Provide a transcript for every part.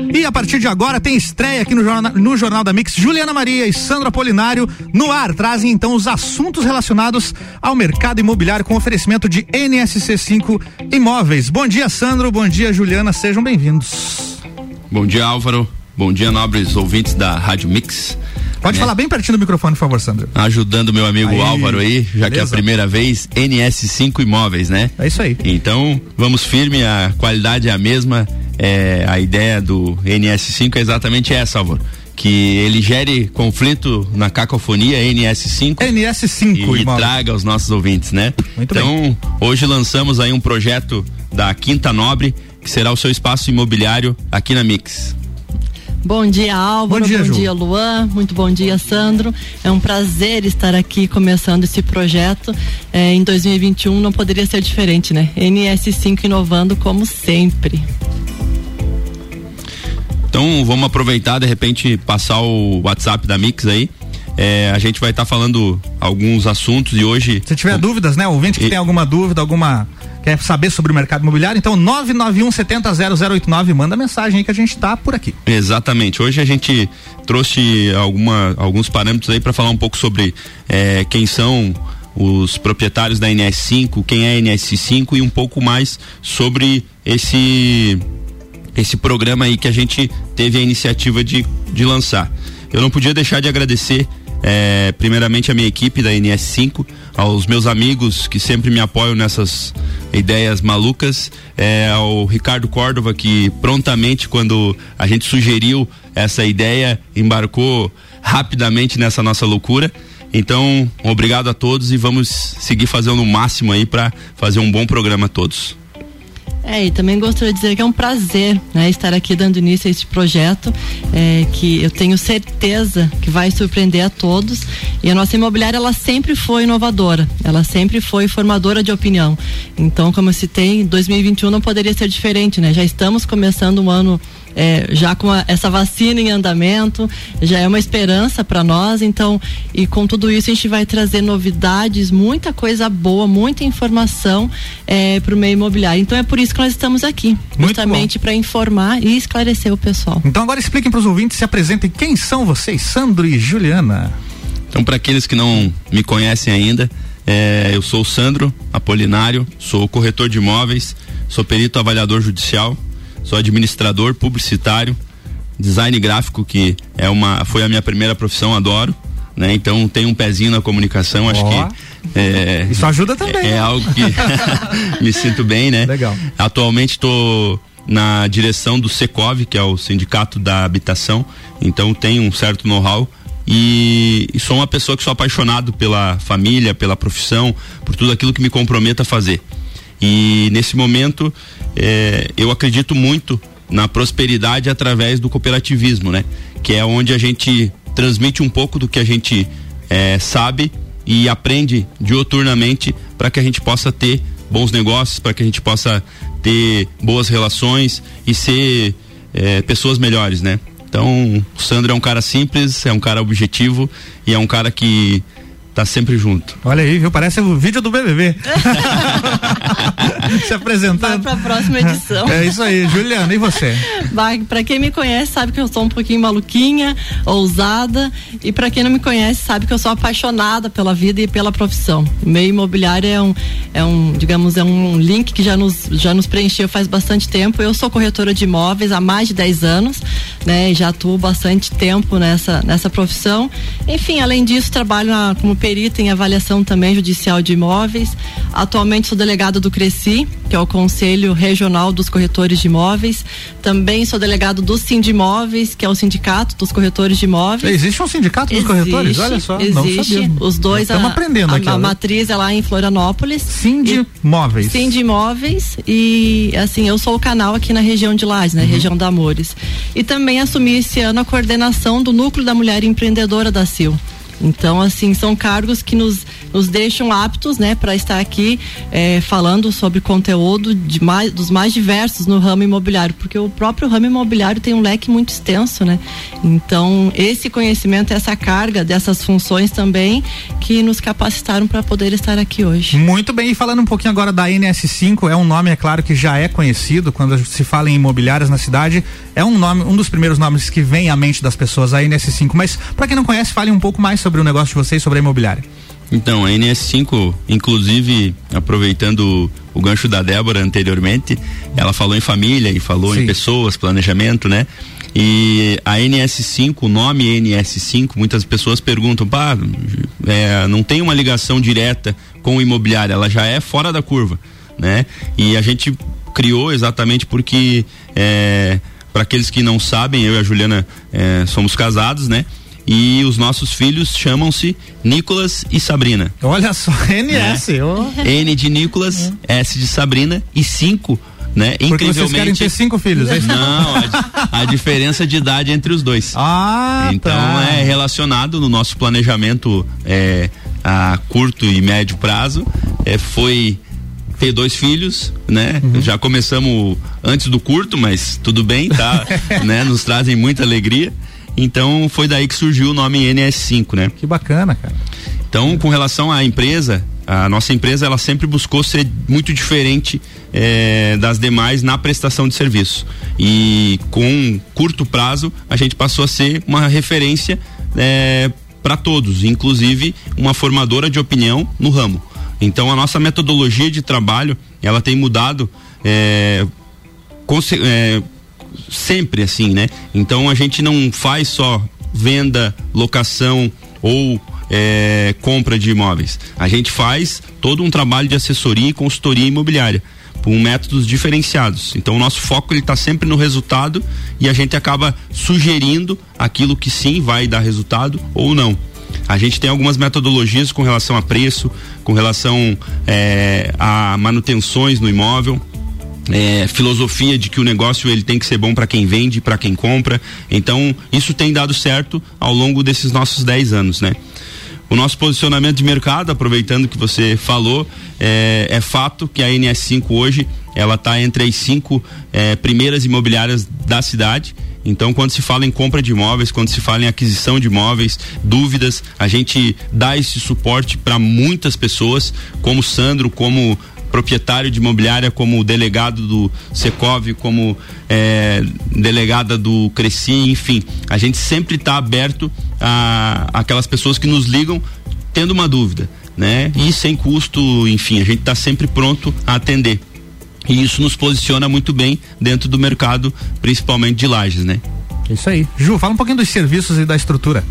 E a partir de agora tem estreia aqui no Jornal da Mix. Juliana Maria e Sandro Apolinário no ar trazem então os assuntos relacionados ao mercado imobiliário com oferecimento de NSC5 Imóveis. Bom dia, Sandro, bom dia, Juliana, sejam bem-vindos. Bom dia, Álvaro, bom dia, nobres ouvintes da Rádio Mix. Pode falar bem pertinho do microfone, por favor, Sandro. Ajudando meu amigo Álvaro aí, já beleza. Que é a primeira vez, NS5 Imóveis, né? É isso aí. Então, vamos firme, a qualidade é a mesma, a ideia do NS5 é exatamente essa, Álvaro. Que ele gere conflito na cacofonia NS5 e traga aos nossos ouvintes, né? Muito então, bem. Hoje lançamos aí um projeto da Quinta Nobre, que será o seu espaço imobiliário aqui na Mix. Bom dia, Álvaro, bom dia, Luan, muito bom dia, Sandro. É um prazer estar aqui começando esse projeto. Em 2021 não poderia ser diferente, né? NS5 inovando como sempre. Então vamos aproveitar, de repente, passar o WhatsApp da Mix aí. A gente vai estar falando alguns assuntos e hoje... Se tiver dúvidas, né? Ouvinte que tem alguma dúvida, quer saber sobre o mercado imobiliário, então 991700089, manda mensagem aí que a gente tá por aqui. Exatamente, hoje a gente trouxe alguns parâmetros aí para falar um pouco sobre quem são os proprietários da NS5, quem é a NS5 e um pouco mais sobre esse programa aí que a gente teve a iniciativa de lançar. Eu não podia deixar de agradecer primeiramente a minha equipe da NS5, aos meus amigos que sempre me apoiam nessas ideias malucas, ao Ricardo Córdova, que prontamente, quando a gente sugeriu essa ideia, embarcou rapidamente nessa nossa loucura. Então, obrigado a todos e vamos seguir fazendo o máximo aí para fazer um bom programa a todos. E também gostaria de dizer que é um prazer, né, estar aqui dando início a este projeto, que eu tenho certeza que vai surpreender a todos. E a nossa imobiliária, ela sempre foi inovadora, ela sempre foi formadora de opinião. Então, como eu citei, 2021 não poderia ser diferente, né? Já estamos começando um ano já com essa vacina em andamento, já é uma esperança para nós. Então, e com tudo isso a gente vai trazer novidades, muita coisa boa, muita informação para o meio imobiliário. Então é por isso que nós estamos aqui, justamente para informar e esclarecer o pessoal. Então agora expliquem para os ouvintes, se apresentem, quem são vocês, Sandro e Juliana? Então, para aqueles que não me conhecem ainda, eu sou o Sandro Apolinário, sou corretor de imóveis, sou perito avaliador judicial, sou administrador, publicitário, design gráfico, que foi a minha primeira profissão, adoro, né? Então tenho um pezinho na comunicação, acho que isso ajuda também. É algo que me sinto bem, né? Legal. Atualmente estou na direção do Secov, que é o Sindicato da Habitação, então tenho um certo know-how e sou uma pessoa que sou apaixonado pela família, pela profissão, por tudo aquilo que me comprometo a fazer. E nesse momento eu acredito muito na prosperidade através do cooperativismo, né? Que é onde a gente transmite um pouco do que a gente sabe e aprende diuturnamente para que a gente possa ter bons negócios, para que a gente possa ter boas relações e ser pessoas melhores, né? Então, o Sandro é um cara simples, é um cara objetivo e é um cara que tá sempre junto. Olha aí, viu? Parece o vídeo do BBB. Se apresentando. Vai pra próxima edição. É isso aí. Juliana, e você? Pra quem me conhece sabe que eu sou um pouquinho maluquinha, ousada, e pra quem não me conhece sabe que eu sou apaixonada pela vida e pela profissão. O meio imobiliário é um link que já nos preencheu faz bastante tempo. Eu sou corretora de imóveis há mais de 10 anos, né? E já atuo bastante tempo nessa profissão. Enfim, além disso, trabalho como perita em avaliação também judicial de imóveis. Atualmente sou delegado do CRECI, que é o Conselho Regional dos Corretores de Imóveis. Também sou delegado do Sindimóveis, que é o Sindicato dos Corretores de Imóveis. Existe um sindicato dos corretores? Olha só, existe. Não sabia. Os dois, estamos aprendendo aqui. A matriz é lá em Florianópolis. Sindimóveis. Sindimóveis, e assim, eu sou o canal aqui na região de Lages, né? Região da Amores. E também assumi esse ano a coordenação do Núcleo da Mulher Empreendedora da CIL. Então, assim, são cargos que nos nos deixam aptos, né, para estar aqui falando sobre conteúdo dos mais diversos no ramo imobiliário, porque o próprio ramo imobiliário tem um leque muito extenso, né? Então, esse conhecimento, essa carga dessas funções também que nos capacitaram para poder estar aqui hoje. Muito bem, e falando um pouquinho agora da NS5, é um nome, é claro, que já é conhecido quando se fala em imobiliárias na cidade, é um nome, um dos primeiros nomes que vem à mente das pessoas, a NS5, mas para quem não conhece, fale um pouco mais sobre o negócio de vocês, sobre a imobiliária. Então, a NS5, inclusive, aproveitando o gancho da Débora anteriormente, ela falou em família e falou em pessoas, planejamento, né? E a NS5, o nome NS5, muitas pessoas perguntam, não tem uma ligação direta com o imobiliário, ela já é fora da curva, né? E a gente criou exatamente porque, para aqueles que não sabem, eu e a Juliana somos casados, né? E os nossos filhos chamam-se Nicolas e Sabrina. Olha só, NS. N de Nicolas, S de Sabrina e 5, né? Porque incrivelmente, vocês querem ter 5 filhos, é isso? Não, a diferença de idade entre os dois. Então é relacionado no nosso planejamento a curto e médio prazo, foi ter 2 filhos, né? Já começamos antes do curto, mas tudo bem, tá? Né? Nos trazem muita alegria. Então foi daí que surgiu o nome NS5, né? Que bacana, cara. Então, com relação à empresa, a nossa empresa ela sempre buscou ser muito diferente das demais na prestação de serviço. E com curto prazo a gente passou a ser uma referência para todos, inclusive uma formadora de opinião no ramo. Então a nossa metodologia de trabalho ela tem mudado sempre assim, né? Então a gente não faz só venda, locação ou compra de imóveis. A gente faz todo um trabalho de assessoria e consultoria imobiliária com métodos diferenciados. Então o nosso foco ele está sempre no resultado e a gente acaba sugerindo aquilo que sim vai dar resultado ou não. A gente tem algumas metodologias com relação a preço, com relação a manutenções no imóvel. Filosofia de que o negócio ele tem que ser bom para quem vende, para quem compra. Então isso tem dado certo ao longo desses nossos 10 anos, né? O nosso posicionamento de mercado, aproveitando que você falou, é fato que a NS5 hoje ela está entre as 5 primeiras imobiliárias da cidade. Então, quando se fala em compra de imóveis, quando se fala em aquisição de imóveis, dúvidas, a gente dá esse suporte para muitas pessoas, como Sandro, como proprietário de imobiliária, como delegado do Secov, como delegada do Cresci, enfim, a gente sempre está aberto a aquelas pessoas que nos ligam tendo uma dúvida, né? E sem custo, enfim, a gente está sempre pronto a atender. E isso nos posiciona muito bem dentro do mercado, principalmente de Lages, né? Isso aí. Ju, fala um pouquinho dos serviços e da estrutura.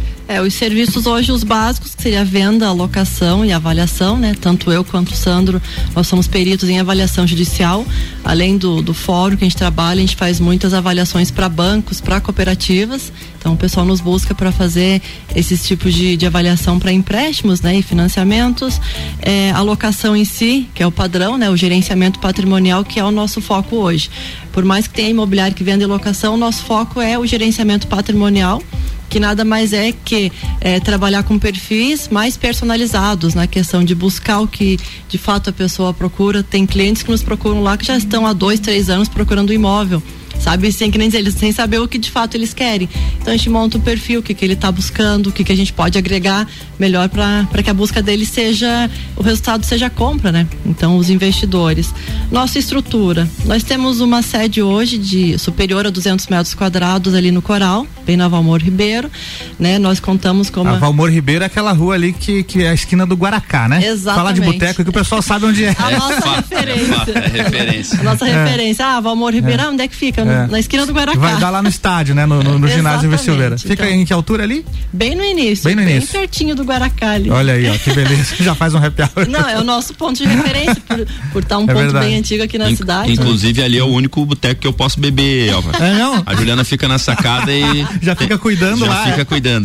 Os serviços hoje, os básicos, que seria a venda, a locação e a avaliação, né? Tanto eu quanto o Sandro, nós somos peritos em avaliação judicial. Além do fórum que a gente trabalha, a gente faz muitas avaliações para bancos, para cooperativas. Então o pessoal nos busca para fazer esses tipos de avaliação para empréstimos, né? E financiamentos. A locação em si, que é o padrão, né? O gerenciamento patrimonial, que é o nosso foco hoje. Por mais que tenha imobiliário que venda e locação, o nosso foco é o gerenciamento patrimonial, que nada mais é que trabalhar com perfis mais personalizados na questão de buscar o que de fato a pessoa procura. Tem clientes que nos procuram lá que já estão há 2, 3 anos procurando um imóvel, sabe, sem que nem dizer, eles sem saber o que de fato eles querem. Então a gente monta o perfil, o que ele está buscando, o que a gente pode agregar melhor para que a busca dele seja, o resultado seja a compra, né? Então os investidores. Nossa estrutura, nós temos uma sede hoje de superior a 200 metros quadrados ali no Coral, bem na Valmor Ribeiro, né? Nós contamos com a Valmor Ribeiro é aquela rua ali que é a esquina do Guaracá, né? Exatamente. Fala de boteco que o pessoal sabe onde é. A nossa referência. A nossa referência. Valmor Ribeiro, onde é que fica? Na esquina do Guaracá. Vai dar lá no estádio, né? No ginásio Silveira. Fica em que altura ali? Bem no início. Bem pertinho do Guaracá ali. Olha aí, ó, que beleza. Já faz um happy hour. Não, é o nosso ponto de referência por estar um ponto verdade. Bem antigo aqui na cidade. Inclusive ali é o único boteco que eu posso beber, Elva. Não? A Juliana fica na sacada e já fica cuidando lá. Já fica cuidando.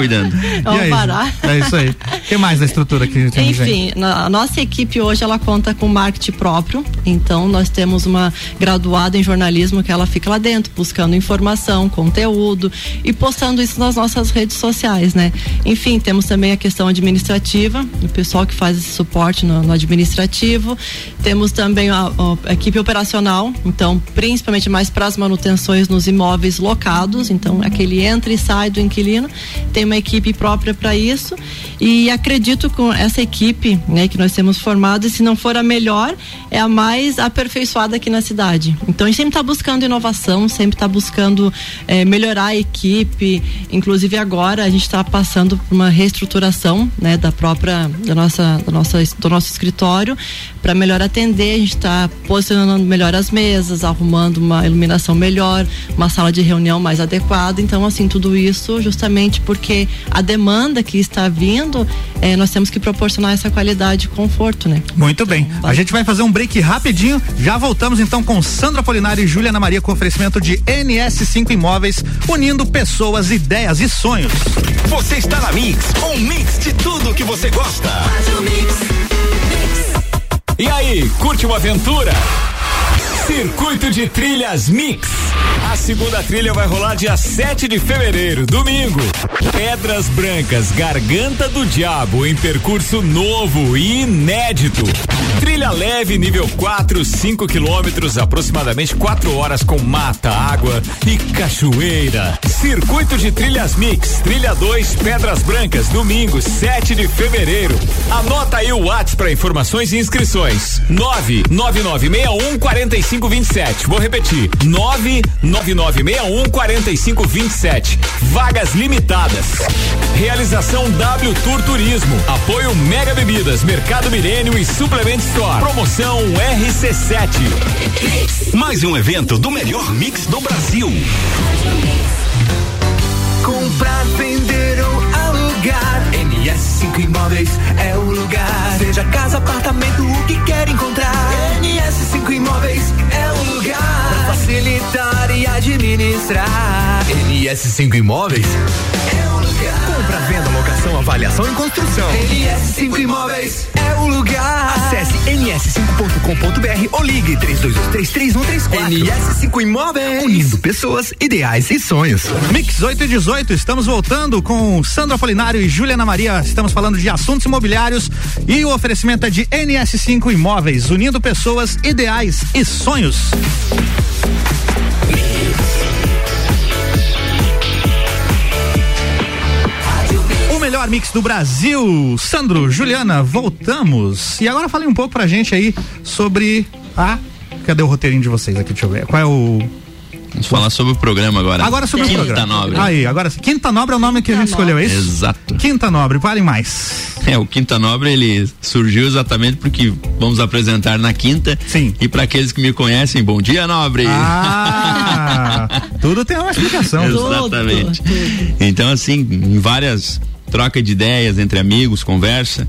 Vamos parar. É isso aí. O que mais da estrutura que a gente tem? Enfim, a nossa equipe hoje ela conta com marketing próprio. Então nós temos uma graduada em jornalismo que ela fica lá dentro buscando informação, conteúdo e postando isso nas nossas redes sociais, né? Enfim, temos também a questão administrativa, o pessoal que faz esse suporte no administrativo. Temos também a equipe operacional, então principalmente mais para as manutenções nos imóveis locados, então aquele entra e sai do inquilino, tem uma equipe própria para isso, e acredito com essa equipe, né, que nós temos formado, e se não for a melhor, é a mais aperfeiçoada aqui na cidade. Então a gente sempre está buscando inovação, sempre está buscando melhorar a equipe. Inclusive agora a gente está passando por uma reestruturação, né, do nosso escritório para melhor atender. A gente está posicionando melhor as mesas, arrumando uma iluminação melhor, uma sala de reunião mais adequada. Então, assim, tudo isso justamente porque a demanda que está vindo, nós temos que proporcionar essa qualidade e conforto, né? Muito bem. A gente vai fazer um break rapidinho. Já voltamos então com Sandra Polinário e Juliana Maria com oferecimento de NS5 Imóveis, unindo pessoas, ideias e sonhos. Você está na Mix, um mix de tudo que você gosta. E aí, curte uma aventura? Circuito de Trilhas Mix. A segunda trilha vai rolar dia 7 de fevereiro, domingo. Pedras Brancas, Garganta do Diabo, em percurso novo e inédito. Trilha leve, nível 4, 5 quilômetros, aproximadamente 4 horas com mata, água e cachoeira. Circuito de Trilhas Mix, trilha 2, Pedras Brancas, domingo, 7 de fevereiro. Anota aí o WhatsApp para informações e inscrições. 999614527. Vou repetir. 999614527. Vagas limitadas. Realização W Tour Turismo. Apoio Mega Bebidas, Mercado Milênio e Suplement Store. Promoção RC7. Mais um evento do melhor mix do Brasil. Comprar, vender ou alugar, NS5 Imóveis é o lugar. Seja casa, apartamento, o que quer encontrar, NS5 Imóveis é o lugar. Pra facilitar e administrar, NS5 Imóveis é o lugar. Compra, venda, locação, avaliação e construção, NS5 Imóveis é o lugar. Acesse ns5.com.br ou ligue 32233134. NS5 Imóveis, unindo pessoas, ideais e sonhos. Mix 8/18, estamos voltando com Sandra Polinário e Juliana Maria. Estamos falando de assuntos imobiliários e o oferecimento é de NS5 Imóveis, unindo pessoas, ideais e sonhos. O melhor mix do Brasil. Sandro, Juliana, voltamos. E agora falem um pouco pra gente aí sobre cadê o roteirinho de vocês aqui? Deixa eu ver. Qual é o... Vamos falar sobre o programa agora. Agora sobre o programa. Quinta Nobre. Aí, agora Quinta Nobre é o nome que a gente escolheu, é isso? Exato. Quinta Nobre, falem mais. O Quinta Nobre, ele surgiu exatamente porque vamos apresentar na quinta. Sim. E para aqueles que me conhecem, bom dia, Nobre. Tudo tem uma explicação. Exatamente. Então, assim, em várias trocas de ideias entre amigos, conversa,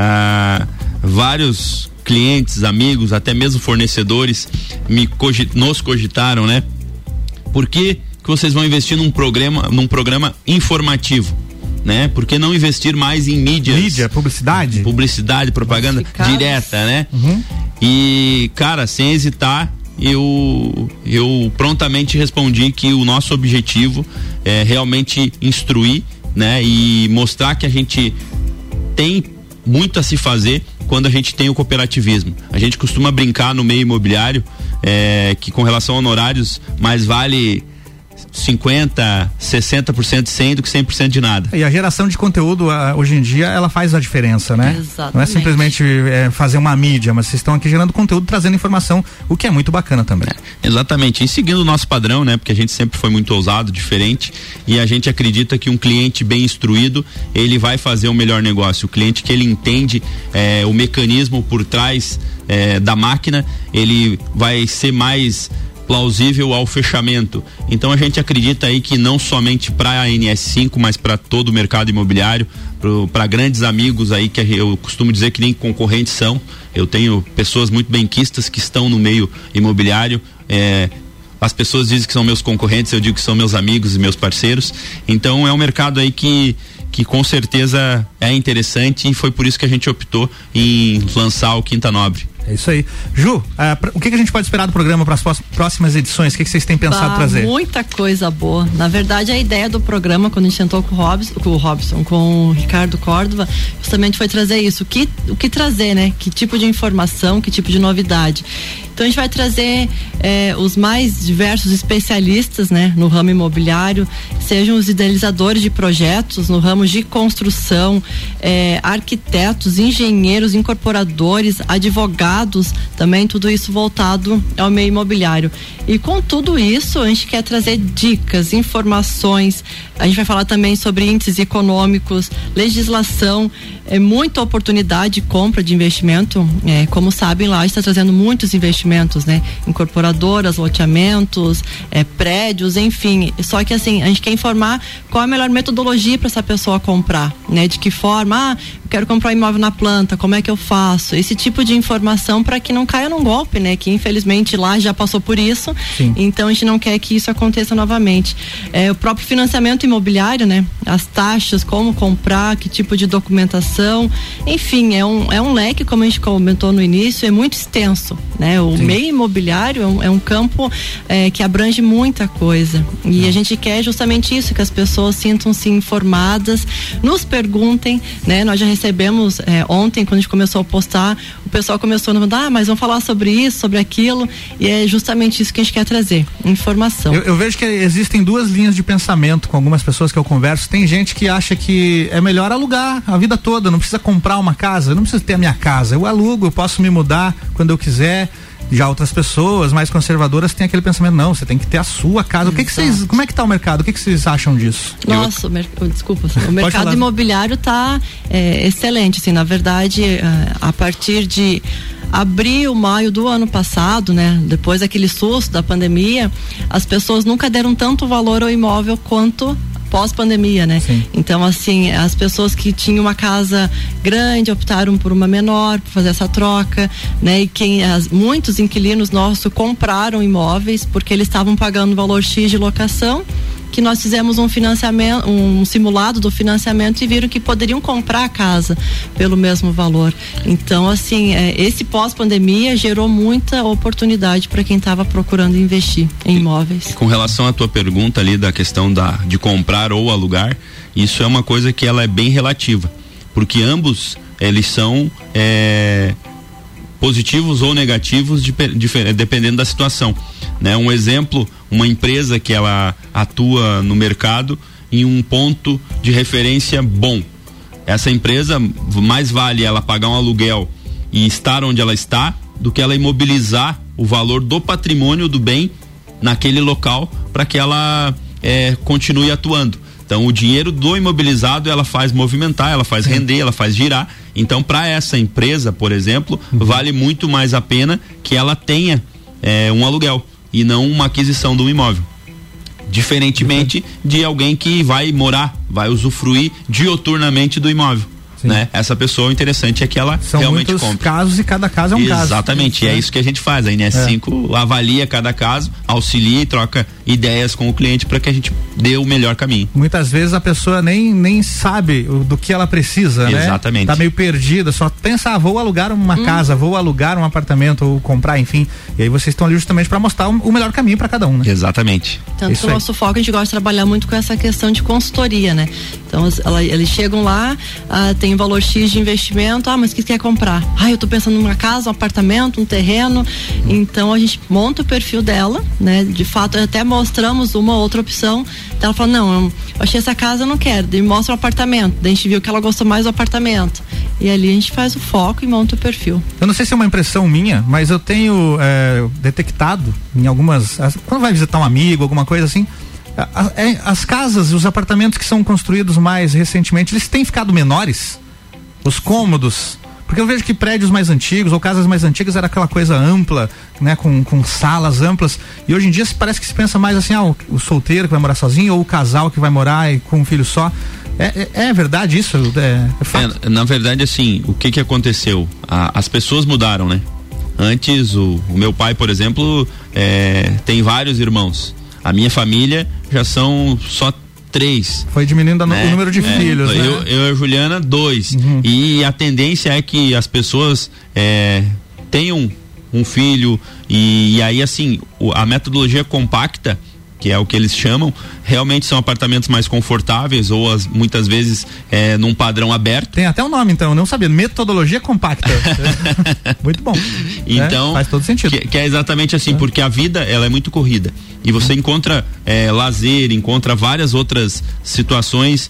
vários clientes, amigos, até mesmo fornecedores nos cogitaram, né? Por que vocês vão investir num programa informativo, né? Por que não investir mais em mídias? Mídia, publicidade? Publicidade, propaganda direta, né? Uhum. E, cara, sem hesitar, eu prontamente respondi que o nosso objetivo é realmente instruir, né? E mostrar que a gente tem muito a se fazer quando a gente tem o cooperativismo. A gente costuma brincar no meio imobiliário que com relação a honorários mais vale 50%, 60% de 100 do que 100% de nada. E a geração de conteúdo hoje em dia, ela faz a diferença, né? Exatamente. Não é simplesmente fazer uma mídia, mas vocês estão aqui gerando conteúdo, trazendo informação, o que é muito bacana também. Exatamente, e seguindo o nosso padrão, né? Porque a gente sempre foi muito ousado, diferente, e a gente acredita que um cliente bem instruído, ele vai fazer o melhor negócio. O cliente que ele entende o mecanismo por trás da máquina, ele vai ser mais plausível ao fechamento. Então a gente acredita aí que não somente para a NS5, mas para todo o mercado imobiliário, para grandes amigos aí que eu costumo dizer que nem concorrentes são. Eu tenho pessoas muito benquistas que estão no meio imobiliário. As pessoas dizem que são meus concorrentes, eu digo que são meus amigos e meus parceiros. Então é um mercado aí que com certeza é interessante, e foi por isso que a gente optou em lançar o Quinta Nobre. É isso aí. Ju, o que a gente pode esperar do programa para as próximas edições? O que vocês têm pensado trazer? Muita coisa boa. Na verdade, a ideia do programa, quando a gente sentou com o Ricardo Córdova, justamente foi trazer isso. O que trazer, né? Que tipo de informação, que tipo de novidade. Então a gente vai trazer os mais diversos especialistas, né, no ramo imobiliário, sejam os idealizadores de projetos no ramo de construção, arquitetos, engenheiros, incorporadores, advogados, também tudo isso voltado ao meio imobiliário. E com tudo isso a gente quer trazer dicas, informações. A gente vai falar também sobre índices econômicos, legislação, muita oportunidade de compra de investimento. Como sabem, lá está trazendo muitos investimentos, né? Incorporadoras, loteamentos, prédios, enfim. Só que assim, a gente quer informar qual a melhor metodologia para essa pessoa comprar, né? De que forma, eu quero comprar um imóvel na planta, como é que eu faço? Esse tipo de informação para que não caia num golpe, né? Que infelizmente lá já passou por isso. Sim. Então a gente não quer que isso aconteça novamente. O próprio financiamento imobiliário, né? As taxas, como comprar, que tipo de documentação, enfim, é um leque, como a gente comentou no início, é muito extenso, né? O Sim. meio imobiliário é um campo que abrange muita coisa, e a gente quer justamente isso, que as pessoas sintam-se informadas, nos perguntem, né? Nós já recebemos ontem, quando a gente começou a postar, o pessoal começou a mandar, mas vamos falar sobre isso, sobre aquilo, e é justamente isso que a gente quer trazer, informação. Eu vejo que existem duas linhas de pensamento com algumas pessoas que eu converso. Tem gente que acha que é melhor alugar a vida toda, não precisa comprar uma casa, eu não preciso ter a minha casa, eu alugo, eu posso me mudar quando eu quiser. Já outras pessoas mais conservadoras têm aquele pensamento, não, você tem que ter a sua casa. Como é que tá o mercado? O que vocês acham disso? Nossa, desculpa, o mercado imobiliário tá excelente, assim, na verdade, a partir de abril, maio do ano passado, né? Depois daquele susto da pandemia, as pessoas nunca deram tanto valor ao imóvel quanto pós-pandemia, né? Sim. Então, assim, as pessoas que tinham uma casa grande optaram por uma menor, por fazer essa troca, né? E muitos inquilinos nossos compraram imóveis porque eles estavam pagando valor X de locação, que nós fizemos um financiamento, um simulado do financiamento, e viram que poderiam comprar a casa pelo mesmo valor. Então, assim, esse pós-pandemia gerou muita oportunidade para quem estava procurando investir em imóveis. Com relação à tua pergunta ali da questão de comprar ou alugar, isso é uma coisa que ela é bem relativa, porque ambos eles são positivos ou negativos dependendo da situação, né? Um exemplo, uma empresa que ela atua no mercado em um ponto de referência bom. Essa empresa, mais vale ela pagar um aluguel e estar onde ela está do que ela imobilizar o valor do patrimônio do bem naquele local para que ela continue atuando. Então, o dinheiro do imobilizado ela faz movimentar, ela faz render, ela faz girar. Então, para essa empresa, por exemplo, vale muito mais a pena que ela tenha um aluguel e não uma aquisição de um imóvel. Diferentemente de alguém que vai morar, vai usufruir dioturnamente do imóvel. Né? Essa pessoa, o interessante é que ela são realmente muitos compra. Casos e cada caso é um caso. Exatamente, é isso que a gente faz. A NS5 avalia cada caso, auxilia e troca ideias com o cliente para que a gente dê o melhor caminho. Muitas vezes a pessoa nem sabe do que ela precisa, né? Exatamente. Tá meio perdida, só pensa, vou alugar uma casa, vou alugar um apartamento ou comprar, enfim. E aí vocês estão ali justamente para mostrar o melhor caminho para cada um, né? Exatamente. Tanto que o nosso foco, a gente gosta de trabalhar muito com essa questão de consultoria, né? Então eles chegam lá, tem um valor X de investimento, mas o que quer comprar? Eu tô pensando numa casa, um apartamento, um terreno. Então a gente monta o perfil dela, né? De fato, até mostramos uma outra opção. Ela fala, não, eu achei essa casa, eu não quero. Daí mostra o apartamento. Daí a gente viu que ela gostou mais do apartamento. E ali a gente faz o foco e monta o perfil. Eu não sei se é uma impressão minha, mas eu tenho detectado em algumas, quando vai visitar um amigo, alguma coisa assim, as casas, os apartamentos que são construídos mais recentemente, eles têm ficado menores, os cômodos, porque eu vejo que prédios mais antigos ou casas mais antigas era aquela coisa ampla, né, com salas amplas, e hoje em dia parece que se pensa mais assim, o solteiro que vai morar sozinho ou o casal que vai morar com um filho só. É verdade isso? É fato? Na verdade, assim, o que aconteceu? As pessoas mudaram, né? Antes, o meu pai, por exemplo, tem vários irmãos. A minha família já são só 3. Foi diminuindo o número de filhos, né? Eu e a Juliana, 2. E a tendência é que as pessoas tenham um filho, e aí assim, a metodologia compacta, que é o que eles chamam, realmente são apartamentos mais confortáveis ou muitas vezes num padrão aberto. Tem até um nome, então, eu não sabia, metodologia compacta. Muito bom. Então, faz todo sentido. Que é exatamente assim, porque a vida, ela é muito corrida e você encontra lazer, encontra várias outras situações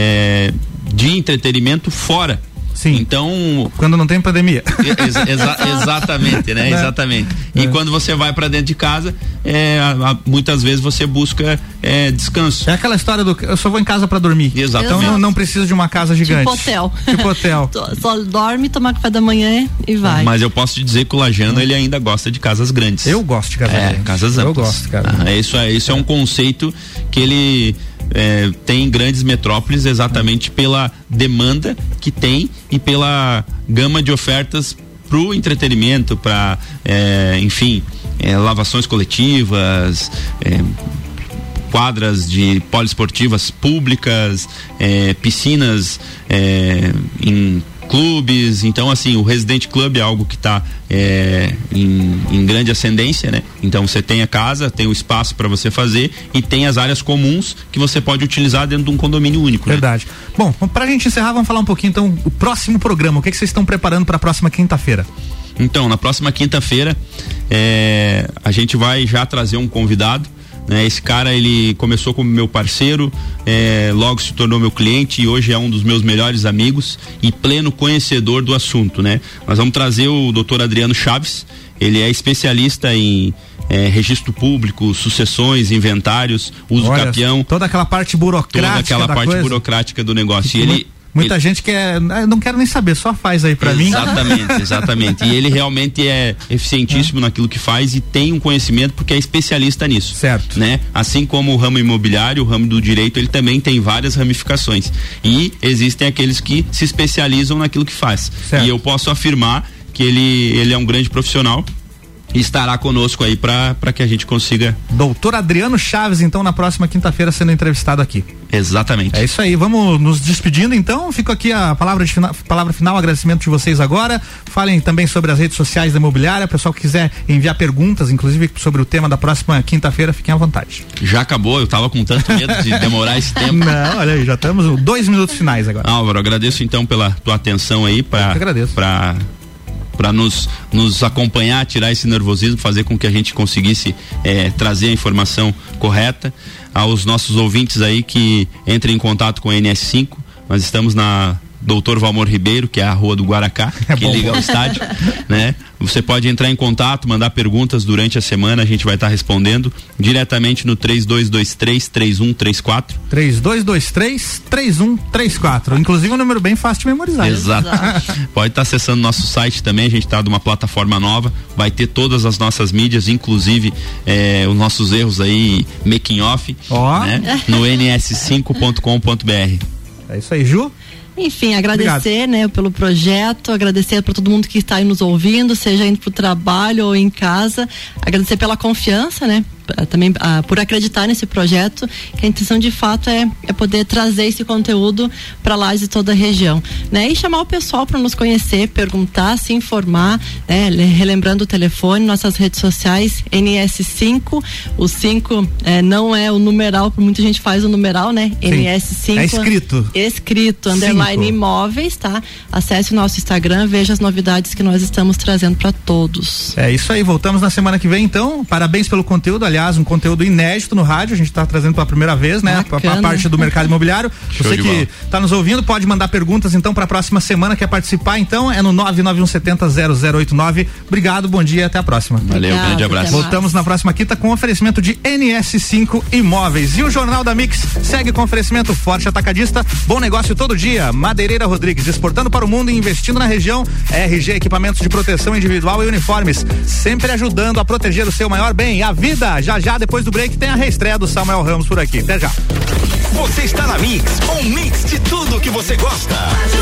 de entretenimento fora. Sim. Então, quando não tem pandemia. Exatamente, né? Exatamente. E quando você vai para dentro de casa, muitas vezes você busca descanso. É aquela história do eu só vou em casa para dormir. Exatamente. Então não preciso de uma casa gigante. Tipo hotel. Só dorme, tomar café da manhã e vai. Mas eu posso te dizer que o lajano, ele ainda gosta de casas grandes. Eu gosto de casas grandes. Casas amplas. Eu gosto, cara. Isso é um conceito que ele tem em grandes metrópoles exatamente pela demanda que tem e pela gama de ofertas pro entretenimento, para enfim, lavações coletivas, quadras de poliesportivas públicas, piscinas em clubes. Então, assim, o Resident Club é algo que está em grande ascendência, né? Então você tem a casa, tem o espaço para você fazer e tem as áreas comuns que você pode utilizar dentro de um condomínio único. Verdade. Né? Bom, pra gente encerrar, vamos falar um pouquinho então o próximo programa. O que vocês estão preparando para a próxima quinta-feira? Então, na próxima quinta-feira a gente vai já trazer um convidado. Esse cara, ele começou como meu parceiro, logo se tornou meu cliente e hoje é um dos meus melhores amigos e pleno conhecedor do assunto, né? Nós vamos trazer o Dr. Adriano Chaves. Ele é especialista em registro público, sucessões, inventários, uso capião. Toda aquela parte burocrática do negócio. E muita gente não quero nem saber, só faz aí pra mim. Exatamente. E ele realmente é eficientíssimo naquilo que faz e tem um conhecimento porque é especialista nisso. Certo. Né? Assim como o ramo imobiliário, o ramo do direito, ele também tem várias ramificações. E existem aqueles que se especializam naquilo que faz. Certo. E eu posso afirmar que ele é um grande profissional e estará conosco aí para que a gente consiga. Doutor Adriano Chaves, então, na próxima quinta-feira sendo entrevistado aqui. Exatamente. É isso aí, vamos nos despedindo então, fico aqui a palavra final, agradecimento de vocês agora. Falem também sobre as redes sociais da Imobiliária, o pessoal que quiser enviar perguntas, inclusive sobre o tema da próxima quinta-feira, fiquem à vontade. Já acabou, eu tava com tanto medo de demorar esse tempo. Não, olha aí, já estamos 2 minutos finais agora. Álvaro, agradeço então pela tua atenção aí para nos acompanhar, tirar esse nervosismo, fazer com que a gente conseguisse trazer a informação correta. Aos nossos ouvintes aí que entrem em contato com a NS5, nós estamos na Doutor Valmor Ribeiro, que é a rua do Guaracá, que liga ao estádio, né? Você pode entrar em contato, mandar perguntas durante a semana, a gente vai estar respondendo diretamente no 3223-3134. 3223-3134. Inclusive um número bem fácil de memorizar. Exato. Pode estar acessando nosso site também, a gente está de uma plataforma nova, vai ter todas as nossas mídias, inclusive os nossos erros aí, making off, né? No ns5.com.br. É isso aí, Ju. Enfim, agradecer, né, pelo projeto, agradecer para todo mundo que está aí nos ouvindo, seja indo pro trabalho ou em casa, agradecer pela confiança, né, também por acreditar nesse projeto, que a intenção de fato é poder trazer esse conteúdo para Lages e toda a região, né, e chamar o pessoal para nos conhecer, perguntar, se informar, né, relembrando o telefone, nossas redes sociais, NS5, o 5 não é o numeral, muita gente faz o numeral, né, sim. NS5 é escrito underline imóveis, tá? Acesse o nosso Instagram, veja as novidades que nós estamos trazendo para todos. É isso aí, voltamos na semana que vem então, parabéns pelo conteúdo, aliás, um conteúdo inédito no rádio, a gente está trazendo pela primeira vez, né? A parte do mercado imobiliário. Você que está nos ouvindo pode mandar perguntas então para a próxima semana, quer participar então, é no 991700089. Obrigado, bom dia, até a próxima. Valeu, grande abraço. Voltamos na próxima quinta com oferecimento de NS5 Imóveis. E o Jornal da Mix segue com oferecimento forte atacadista, bom negócio todo dia. Madeireira Rodrigues, exportando para o mundo e investindo na região. RG Equipamentos de Proteção Individual e Uniformes, sempre ajudando a proteger o seu maior bem, a vida. Já depois do break tem a reestreia do Samuel Ramos por aqui. Até já. Você está na Mix, um mix de tudo que você gosta.